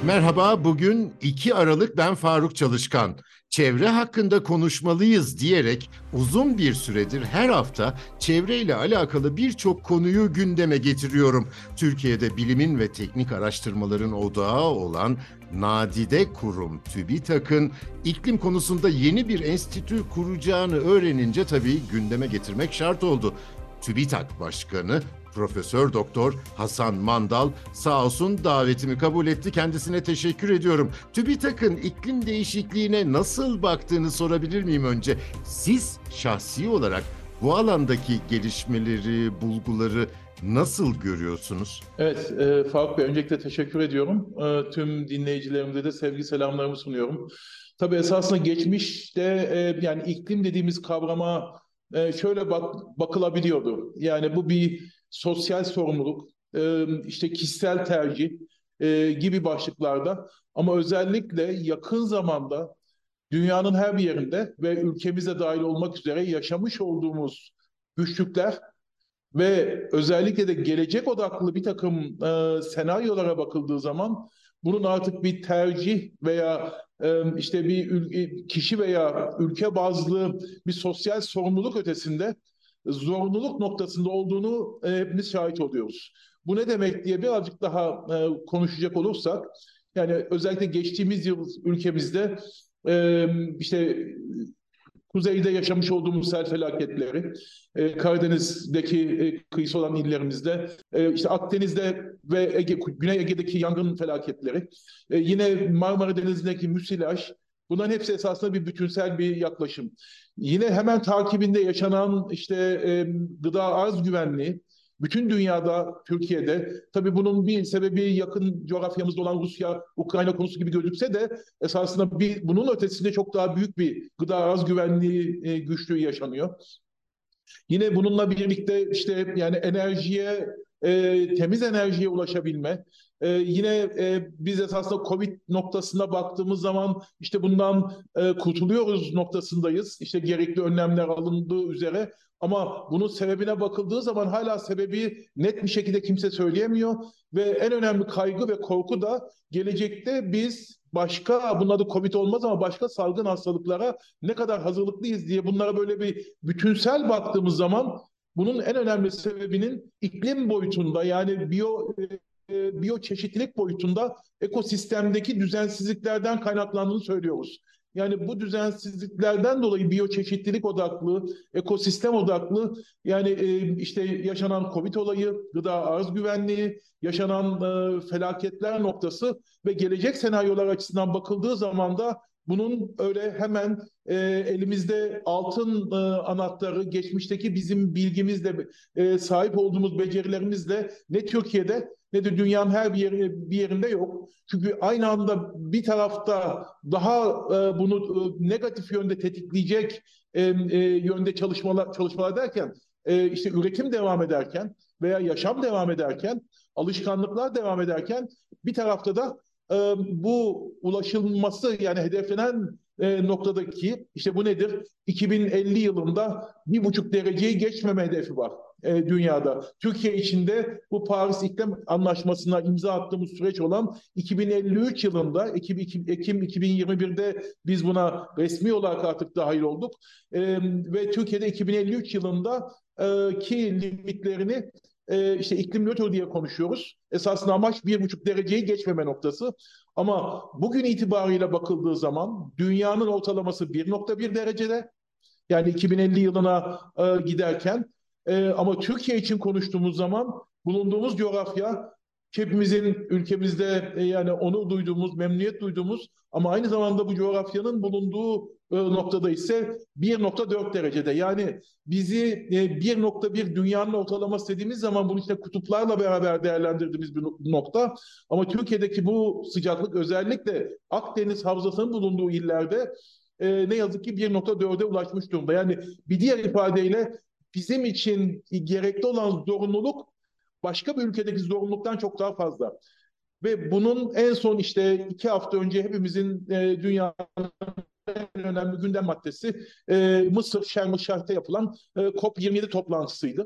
Merhaba, bugün 2 Aralık ben Faruk Çalışkan. Çevre hakkında konuşmalıyız diyerek uzun bir süredir her hafta çevreyle alakalı birçok konuyu gündeme getiriyorum. Türkiye'de bilimin ve teknik araştırmaların odağı olan nadide kurum TÜBİTAK'ın iklim konusunda yeni bir enstitü kuracağını öğrenince tabii gündeme getirmek şart oldu. TÜBİTAK Başkanı Profesör Doktor Hasan Mandal sağ olsun davetimi kabul etti. Kendisine teşekkür ediyorum. TÜBİTAK'ın iklim değişikliğine nasıl baktığını sorabilir miyim önce? Siz şahsi olarak bu alandaki gelişmeleri, bulguları nasıl görüyorsunuz? Evet, Faruk Bey öncelikle teşekkür ediyorum. Tüm dinleyicilerimize de sevgi selamlarımı sunuyorum. Tabii esasında geçmişte yani iklim dediğimiz kavrama şöyle bakılabiliyordu. Yani bu bir sosyal sorumluluk, işte kişisel tercih gibi başlıklarda. Ama özellikle yakın zamanda dünyanın her bir yerinde ve ülkemize dahil olmak üzere yaşamış olduğumuz güçlükler ve özellikle de gelecek odaklı bir takım senaryolara bakıldığı zaman bunun artık bir tercih veya işte bir kişi veya ülke bazlı bir sosyal sorumluluk ötesinde zorunluluk noktasında olduğunu hepimiz şahit oluyoruz. Bu ne demek diye birazcık daha konuşacak olursak, yani özellikle geçtiğimiz yıl ülkemizde işte kuzeyde yaşamış olduğumuz sel felaketleri, Karadeniz'deki kıyısı olan illerimizde, işte Akdeniz'de ve Güney Ege'deki yangın felaketleri, yine Marmara Denizi'ndeki müsilaj, bunların hepsi esasında bir bütünsel bir yaklaşım. Yine hemen takibinde yaşanan işte gıda arz güvenliği, bütün dünyada, Türkiye'de, tabii bunun bir sebebi yakın coğrafyamızda olan Rusya, Ukrayna konusu gibi gözükse de esasında bunun ötesinde çok daha büyük bir gıda arz güvenliği güçlüğü yaşanıyor. Yine bununla birlikte işte yani enerjiye, temiz enerjiye ulaşabilme. Yine biz esasında Covid noktasına baktığımız zaman işte bundan kurtuluyoruz noktasındayız. İşte gerekli önlemler alındığı üzere. Ama bunun sebebine bakıldığı zaman hala sebebi net bir şekilde kimse söyleyemiyor. Ve en önemli kaygı ve korku da gelecekte biz başka, bunun adı Covid olmaz ama başka salgın hastalıklara ne kadar hazırlıklıyız diye bunlara böyle bir bütünsel baktığımız zaman bunun en önemli sebebinin iklim boyutunda, yani biyoçeşitlilik boyutunda ekosistemdeki düzensizliklerden kaynaklandığını söylüyoruz. Yani bu düzensizliklerden dolayı biyoçeşitlilik odaklı, ekosistem odaklı, yani işte yaşanan Covid olayı, gıda arz güvenliği, yaşanan felaketler noktası ve gelecek senaryolar açısından bakıldığı zaman da bunun öyle hemen elimizde altın anahtarı, geçmişteki bizim bilgimizle, sahip olduğumuz becerilerimizle ne Türkiye'de ne de dünyanın her bir yerinde yok. Çünkü aynı anda bir tarafta daha bunu negatif yönde tetikleyecek yönde çalışmalar derken, işte üretim devam ederken veya yaşam devam ederken, alışkanlıklar devam ederken, bir tarafta da bu ulaşılması, yani hedeflenen noktadaki işte bu nedir? 2050 yılında 1,5 dereceyi geçmeme hedefi var dünyada. Türkiye içinde bu Paris İklim Anlaşması'na imza attığımız süreç olan 2053 yılında Ekim 2021'de biz buna resmi olarak artık dahil olduk. Ve Türkiye'de 2053 yılında ki limitlerini işte iklim nötr diye konuşuyoruz. Esasında amaç 1,5 dereceyi geçmeme noktası. Ama bugün itibariyle bakıldığı zaman dünyanın ortalaması 1,1 derecede. Yani 2050 yılına giderken, ama Türkiye için konuştuğumuz zaman bulunduğumuz coğrafya, hepimizin ülkemizde yani onur duyduğumuz, memnuniyet duyduğumuz ama aynı zamanda bu coğrafyanın bulunduğu noktada ise 1,4 derecede. Yani bizi 1,1 dünyanın ortalaması dediğimiz zaman bunun işte kutuplarla beraber değerlendirdiğimiz bir nokta. Ama Türkiye'deki bu sıcaklık özellikle Akdeniz havzasının bulunduğu illerde ne yazık ki 1,4'e ulaşmış durumda. Yani bir diğer ifadeyle bizim için gerekli olan zorunluluk başka bir ülkedeki zorunluluktan çok daha fazla. Ve bunun en son işte 2 hafta önce hepimizin dünyanın en önemli gündem maddesi Mısır Şarm El Şeyh'te yapılan COP27 toplantısıydı.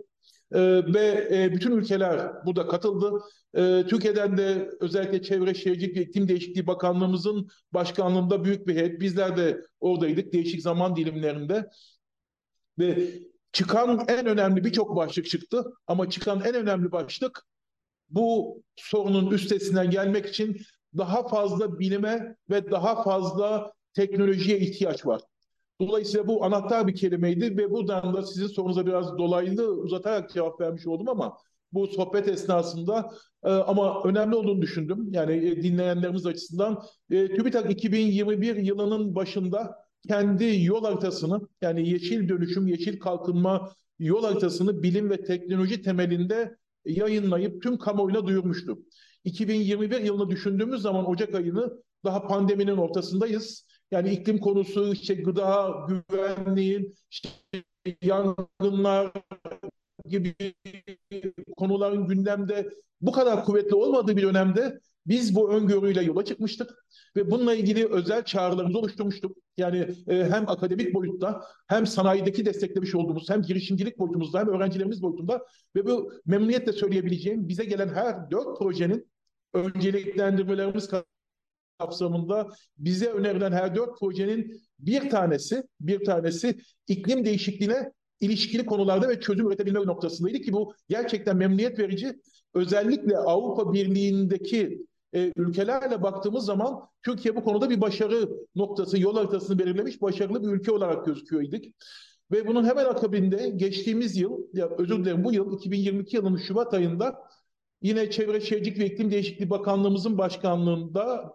ve bütün ülkeler burada katıldı. Türkiye'den de özellikle Çevre Şehircilik ve İklim Değişikliği Bakanlığımızın başkanlığında büyük bir heyet. Bizler de oradaydık değişik zaman dilimlerinde. Ve çıkan en önemli birçok başlık çıktı. Ama çıkan en önemli başlık bu sorunun üstesinden gelmek için daha fazla bilime ve daha fazla teknolojiye ihtiyaç var. Dolayısıyla bu anahtar bir kelimeydi ve buradan da sizin sorunuza biraz dolaylı uzatarak cevap vermiş oldum ama bu sohbet esnasında ama önemli olduğunu düşündüm. Yani dinleyenlerimiz açısından TÜBİTAK 2021 yılının başında kendi yol haritasını yani yeşil dönüşüm, yeşil kalkınma yol haritasını bilim ve teknoloji temelinde yayınlayıp tüm kamuoyuna duyurmuştu. 2021 yılını düşündüğümüz zaman Ocak ayını daha pandeminin ortasındayız. Yani iklim konusu, işte gıda güvenliği, işte yangınlar gibi konuların gündemde bu kadar kuvvetli olmadığı bir dönemde biz bu öngörüyle yola çıkmıştık ve bununla ilgili özel çağrılarımızı oluşturmuştuk. Yani hem akademik boyutta hem sanayideki desteklemiş olduğumuz hem girişimcilik boyutumuzda hem öğrencilerimiz boyutunda ve bu memnuniyetle söyleyebileceğim bize gelen her 4 projenin önceliklendirmelerimiz kapsamında bize önerilen her 4 projenin bir tanesi iklim değişikliğine ilişkili konularda ve çözüm üretebilme noktasındaydı ki bu gerçekten memnuniyet verici. Özellikle Avrupa Birliği'ndeki ülkelerle baktığımız zaman Türkiye bu konuda bir başarı noktası, yol haritasını belirlemiş başarılı bir ülke olarak gözüküyor idik. Ve bunun hemen akabinde geçtiğimiz yıl, ya özür dilerim bu yıl 2022 yılının Şubat ayında yine Çevre Şehircilik ve İklim Değişikliği Bakanlığımızın başkanlığında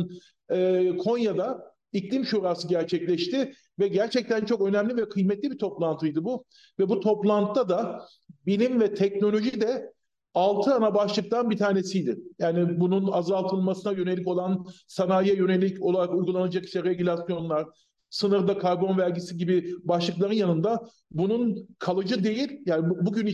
Konya'da iklim şurası gerçekleşti ve gerçekten çok önemli ve kıymetli bir toplantıydı bu. Ve bu toplantıda da bilim ve teknoloji de 6 ana başlıktan bir tanesiydi. Yani bunun azaltılmasına yönelik olan sanayiye yönelik olarak uygulanacak işte regülasyonlar, sınırda karbon vergisi gibi başlıkların yanında bunun kalıcı değil yani bugün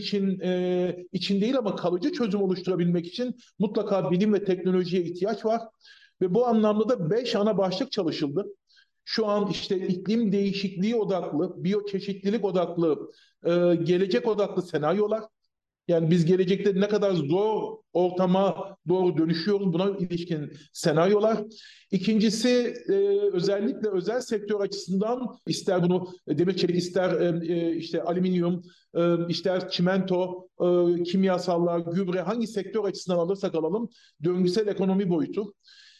için değil ama kalıcı çözüm oluşturabilmek için mutlaka bilim ve teknolojiye ihtiyaç var. Ve bu anlamda da 5 ana başlık çalışıldı. Şu an işte iklim değişikliği odaklı, biyoçeşitlilik odaklı, gelecek odaklı senaryolar. Yani biz gelecekte ne kadar zor ortama doğru dönüşüyoruz buna ilişkin senaryolar. İkincisi özellikle özel sektör açısından ister bunu demir çelik ister işte alüminyum ister çimento kimyasallar gübre hangi sektör açısından alırsak alalım döngüsel ekonomi boyutu.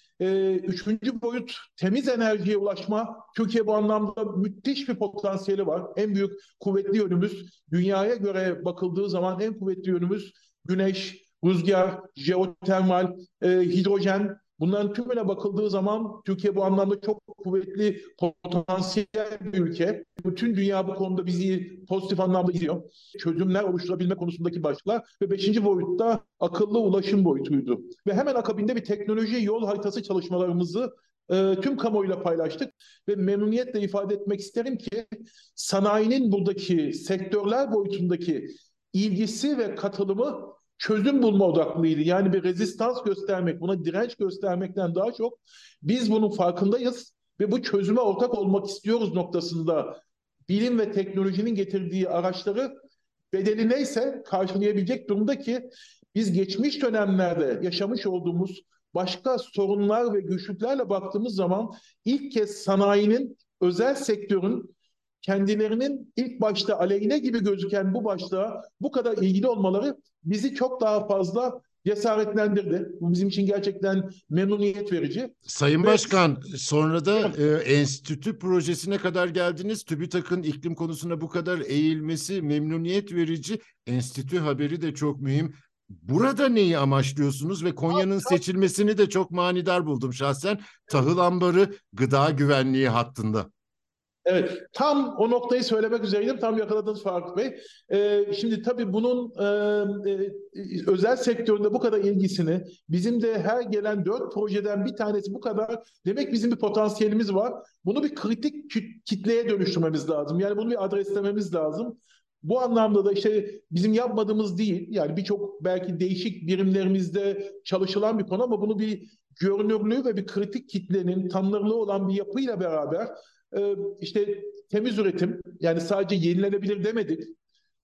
Üçüncü boyut temiz enerjiye ulaşma. Türkiye bu anlamda müthiş bir potansiyeli var. En büyük kuvvetli yönümüz dünyaya göre bakıldığı zaman en kuvvetli yönümüz güneş, rüzgar, jeotermal, hidrojen. Bunların tümüne bakıldığı zaman Türkiye bu anlamda çok kuvvetli potansiyel bir ülke. Bütün dünya bu konuda bizi pozitif anlamda izliyor. Çözümler oluşturabilme konusundaki başlıklar ve 5. boyutta akıllı ulaşım boyutuydu. Ve hemen akabinde bir teknoloji yol haritası çalışmalarımızı tüm kamuoyuyla paylaştık ve memnuniyetle ifade etmek isterim ki sanayinin buradaki sektörler boyutundaki ilgisi ve katılımı çözüm bulma odaklıydı. Yani bir rezistans göstermek, buna direnç göstermekten daha çok biz bunun farkındayız ve bu çözüme ortak olmak istiyoruz noktasında bilim ve teknolojinin getirdiği araçları bedeli neyse karşılayabilecek durumda ki biz geçmiş dönemlerde yaşamış olduğumuz başka sorunlar ve güçlüklerle baktığımız zaman ilk kez sanayinin, özel sektörün kendilerinin ilk başta aleyhine gibi gözüken bu başlığa bu kadar ilgili olmaları bizi çok daha fazla cesaretlendirdi. Bu bizim için gerçekten memnuniyet verici. Sayın Ve Başkan, sonra da enstitü projesine kadar geldiniz. TÜBİTAK'ın iklim konusuna bu kadar eğilmesi memnuniyet verici. Enstitü haberi de çok mühim. Burada neyi amaçlıyorsunuz ve Konya'nın seçilmesini de çok manidar buldum şahsen. Tahıl ambarı gıda güvenliği hattında. Evet, tam o noktayı söylemek üzereydim. Tam yakaladınız Faruk Bey. Şimdi tabii bunun özel sektöründe bu kadar ilgisini, bizim de her gelen 4 projeden bir tanesi bu kadar, demek bizim bir potansiyelimiz var. Bunu bir kritik kitleye dönüştürmemiz lazım. Yani bunu bir adreslememiz lazım. Bu anlamda da işte bizim yapmadığımız değil, yani birçok belki değişik birimlerimizde çalışılan bir konu ama bunu bir görünürlüğü ve bir kritik kitlenin tanınırlığı olan bir yapıyla beraber işte temiz üretim yani sadece yenilenebilir demedik.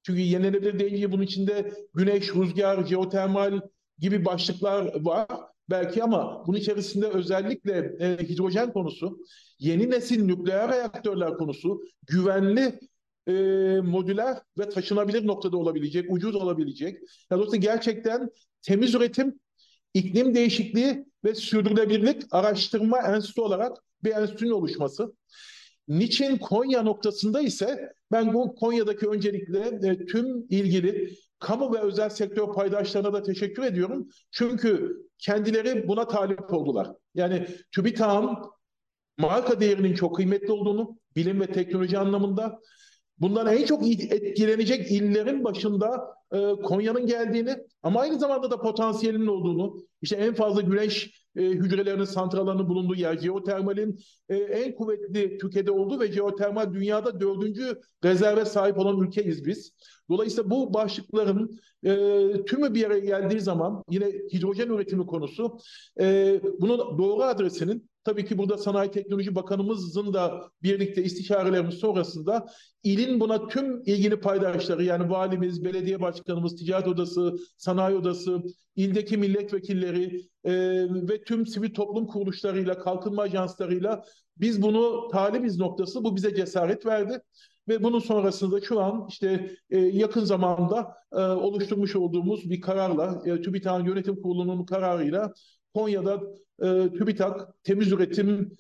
Çünkü yenilenebilir deyince bunun içinde güneş, rüzgar, jeotermal gibi başlıklar var belki, ama bunun içerisinde özellikle hidrojen konusu, yeni nesil nükleer reaktörler konusu, güvenli e, modüler ve taşınabilir noktada olabilecek, ucuz olabilecek. Yani dolayısıyla gerçekten temiz üretim, iklim değişikliği ve sürdürülebilirlik araştırma enstitüsü olarak bir enstitünün oluşması. Niçin Konya noktasında ise ben bu Konya'daki öncelikle tüm ilgili kamu ve özel sektör paydaşlarına da teşekkür ediyorum. Çünkü kendileri buna talip oldular. Yani TÜBİTAK'ın marka değerinin çok kıymetli olduğunu, bilim ve teknoloji anlamında, bundan en çok etkilenecek illerin başında Konya'nın geldiğini, ama aynı zamanda da potansiyelinin olduğunu, işte en fazla güneş hücrelerinin, santrallarının bulunduğu yer, jeotermalin en kuvvetli Türkiye'de olduğu ve jeotermal dünyada 4. rezerve sahip olan ülkeyiz biz. Dolayısıyla bu başlıkların tümü bir yere geldiği zaman, yine hidrojen üretimi konusu, bunun doğru adresinin, tabii ki burada Sanayi Teknoloji Bakanımızın da birlikte istişarelerimiz sonrasında ilin buna tüm ilgili paydaşları, yani valimiz, belediye başkanımız, ticaret odası, sanayi odası, ildeki milletvekilleri ve tüm sivil toplum kuruluşlarıyla, kalkınma ajanslarıyla biz bunu talibiz noktası, bu bize cesaret verdi. Ve bunun sonrasında şu an işte yakın zamanda oluşturmuş olduğumuz bir kararla, TÜBİTAK'ın yönetim kurulunun kararıyla Konya'da TÜBİTAK temiz üretim,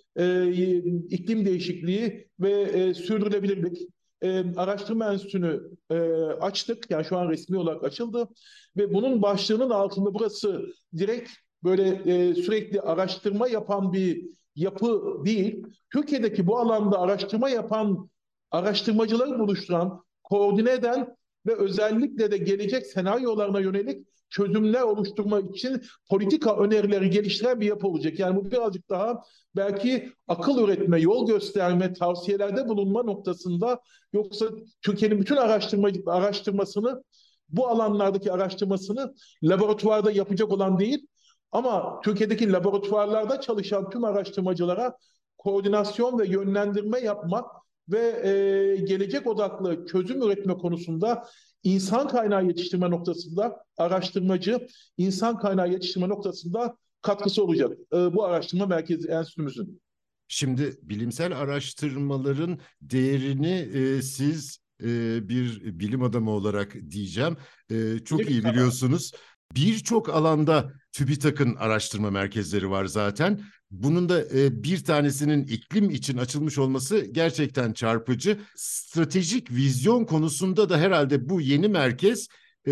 iklim değişikliği ve sürdürülebilirlik araştırma enstitüsünü açtık. Yani şu an resmi olarak açıldı ve bunun başlığının altında, burası direkt böyle sürekli araştırma yapan bir yapı değil. Türkiye'deki bu alanda araştırma yapan araştırmacıları buluşturan, koordine eden ve özellikle de gelecek senaryolarına yönelik çözümler oluşturmak için politika önerileri geliştiren bir yapı olacak. Yani bu birazcık daha belki akıl üretme, yol gösterme, tavsiyelerde bulunma noktasında, yoksa Türkiye'nin bütün araştırmasını, bu alanlardaki araştırmasını laboratuvarda yapacak olan değil, ama Türkiye'deki laboratuvarlarda çalışan tüm araştırmacılara koordinasyon ve yönlendirme yapmak ve gelecek odaklı çözüm üretme konusunda, insan kaynağı yetiştirme noktasında, araştırmacı insan kaynağı yetiştirme noktasında katkısı olacak bu araştırma merkezi enstitümüzün. Şimdi bilimsel araştırmaların değerini siz bir bilim adamı olarak diyeceğim, çok iyi biliyorsunuz. Birçok alanda TÜBİTAK'ın araştırma merkezleri var zaten. Bunun da bir tanesinin iklim için açılmış olması gerçekten çarpıcı. Stratejik vizyon konusunda da herhalde bu yeni merkez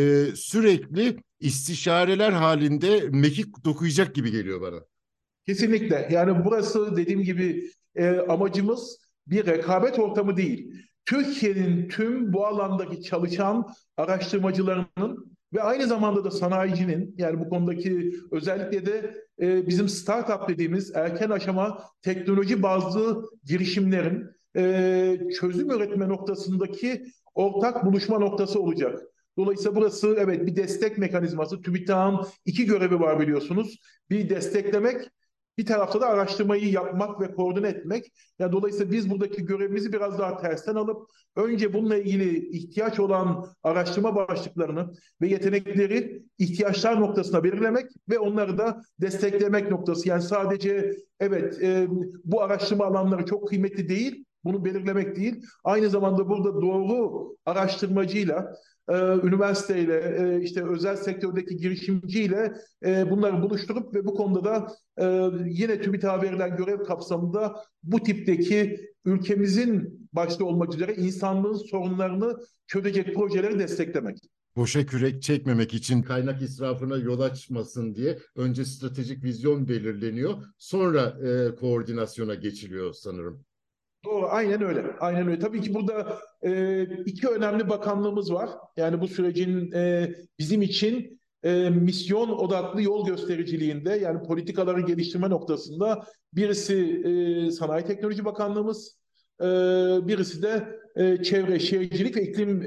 sürekli istişareler halinde mekik dokuyacak gibi geliyor bana. Kesinlikle. Yani burası dediğim gibi amacımız bir rekabet ortamı değil. Türkiye'nin tüm bu alandaki çalışan araştırmacılarının ve aynı zamanda da sanayicinin, yani bu konudaki özellikle de bizim startup dediğimiz erken aşama teknoloji bazlı girişimlerin çözüm üretme noktasındaki ortak buluşma noktası olacak. Dolayısıyla burası, evet, bir destek mekanizması. TÜBİTAK'ın iki görevi var biliyorsunuz. Bir, desteklemek, bir tarafta da araştırmayı yapmak ve koordine etmek. Yani dolayısıyla biz buradaki görevimizi biraz daha tersten alıp önce bununla ilgili ihtiyaç olan araştırma başlıklarını ve yetenekleri ihtiyaçlar noktasına belirlemek ve onları da desteklemek noktası. Yani sadece evet bu araştırma alanları çok kıymetli değil, bunu belirlemek değil. Aynı zamanda burada doğru araştırmacıyla, üniversiteyle, işte özel sektördeki girişimciyle bunları buluşturup ve bu konuda da yine TÜBİTAK'a verilen görev kapsamında bu tipteki ülkemizin başta olmak üzere insanlığın sorunlarını çözecek projeleri desteklemek. Boşa kürek çekmemek için, kaynak israfına yol açmasın diye önce stratejik vizyon belirleniyor, sonra koordinasyona geçiliyor sanırım. Doğru, aynen öyle. Aynen öyle. Tabii ki burada iki önemli bakanlığımız var. Yani bu sürecin bizim için misyon odaklı yol göstericiliğinde, yani politikaları geliştirme noktasında birisi Sanayi Teknoloji Bakanlığımız, birisi de Çevre, Şehircilik ve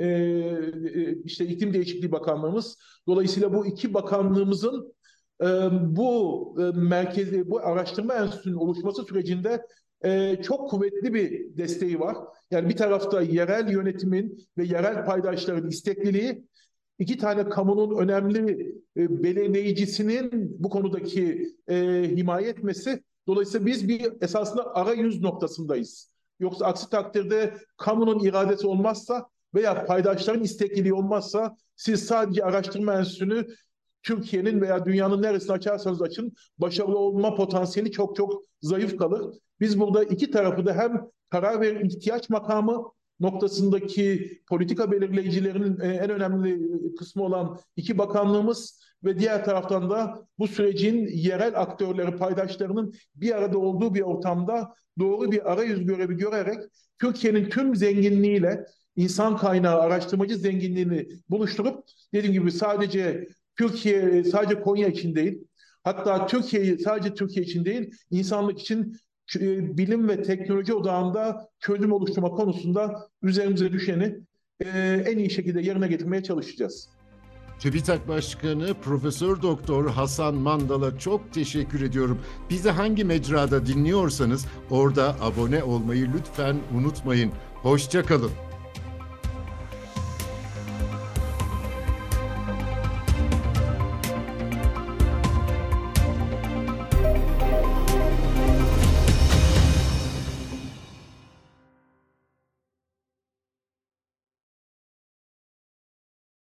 işte İklim Değişikliği Bakanlığımız. Dolayısıyla bu iki bakanlığımızın bu merkezi, bu araştırma enstitüsünün oluşması sürecinde çok kuvvetli bir desteği var. Yani bir tarafta yerel yönetimin ve yerel paydaşların istekliliği, iki tane kamunun önemli belirleyicisinin bu konudaki himaye etmesi. Dolayısıyla biz bir esasında arayüz noktasındayız. Yoksa aksi takdirde kamunun iradesi olmazsa veya paydaşların istekliliği olmazsa siz sadece araştırma enstitüsünü Türkiye'nin veya dünyanın neresini açarsanız açın başarılı olma potansiyeli çok çok zayıf kalır. Biz burada iki tarafı da hem karar verir ihtiyaç makamı noktasındaki politika belirleyicilerinin en önemli kısmı olan iki bakanlığımız ve diğer taraftan da bu sürecin yerel aktörleri, paydaşlarının bir arada olduğu bir ortamda doğru bir arayüz görevi görerek Türkiye'nin tüm zenginliğiyle insan kaynağı, araştırmacı zenginliğini buluşturup dediğim gibi sadece Konya için değil, hatta sadece Türkiye için değil, insanlık için bilim ve teknoloji odağında çözüm oluşturma konusunda üzerimize düşeni en iyi şekilde yerine getirmeye çalışacağız. TÜBİTAK Başkanı Profesör Doktor Hasan Mandal'a çok teşekkür ediyorum. Bizi hangi mecrada dinliyorsanız orada abone olmayı lütfen unutmayın. Hoşça kalın.